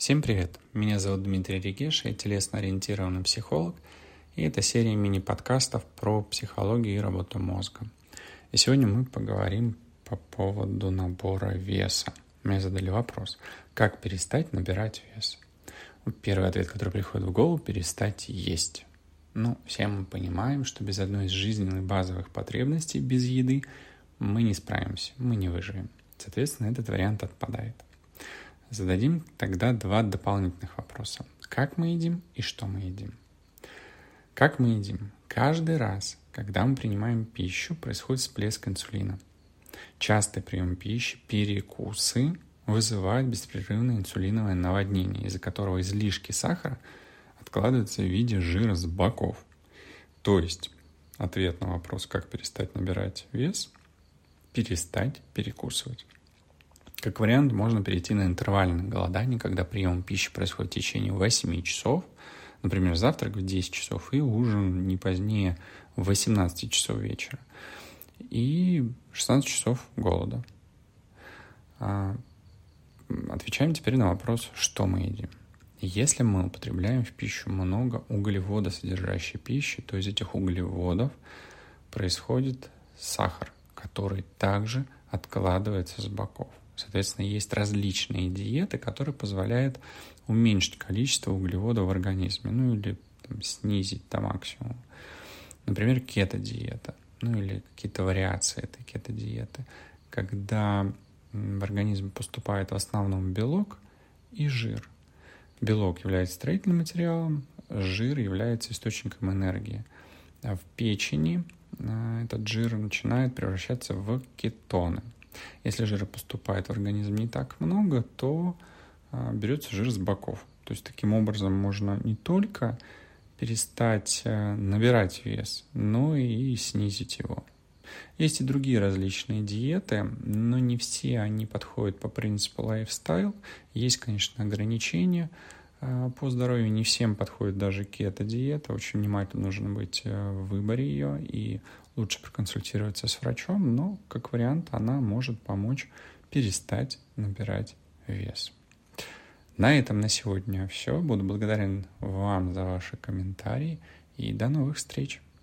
Всем привет! Меня зовут Дмитрий Регеш, я телесно-ориентированный психолог, и это серия мини-подкастов про психологию и работу мозга. И сегодня мы поговорим по поводу набора веса. Мне задали вопрос, как перестать набирать вес? Первый ответ, который приходит в голову – перестать есть. Все мы понимаем, что без одной из жизненных базовых потребностей, без еды, мы не справимся, мы не выживем. Соответственно, этот вариант отпадает. Зададим тогда два дополнительных вопроса. Как мы едим и что мы едим? Как мы едим? Каждый раз, когда мы принимаем пищу, происходит всплеск инсулина. Частый прием пищи, перекусы вызывают беспрерывное инсулиновое наводнение, из-за которого излишки сахара откладываются в виде жира с боков. То есть, ответ на вопрос, как перестать набирать вес – перестать перекусывать. Как вариант, можно перейти на интервальное голодание, когда прием пищи происходит в течение 8 часов, например, завтрак в 10 часов и ужин не позднее 18 часов вечера, и 16 часов голода. Отвечаем теперь на вопрос, что мы едим. Если мы употребляем в пищу много углеводосодержащей пищи, то из этих углеводов происходит сахар, который также откладывается с боков. Соответственно, есть различные диеты, которые позволяют уменьшить количество углеводов в организме, или снизить до максимума. Например, кето-диета, или какие-то вариации этой кето-диеты, когда в организм поступает в основном белок и жир. Белок является строительным материалом, жир является источником энергии. А в печени этот жир начинает превращаться в кетоны. Если жира поступает в организм не так много, то берется жир с боков. То есть таким образом можно не только перестать набирать вес, но и снизить его. Есть и другие различные диеты, но не все они подходят по принципу лайфстайл. Есть, конечно, ограничения по здоровью. Не всем подходит даже кето-диета. Очень внимательно нужно быть в выборе ее и лучше проконсультироваться с врачом, но, как вариант, она может помочь перестать набирать вес. На этом на сегодня все. Буду благодарен вам за ваши комментарии и до новых встреч.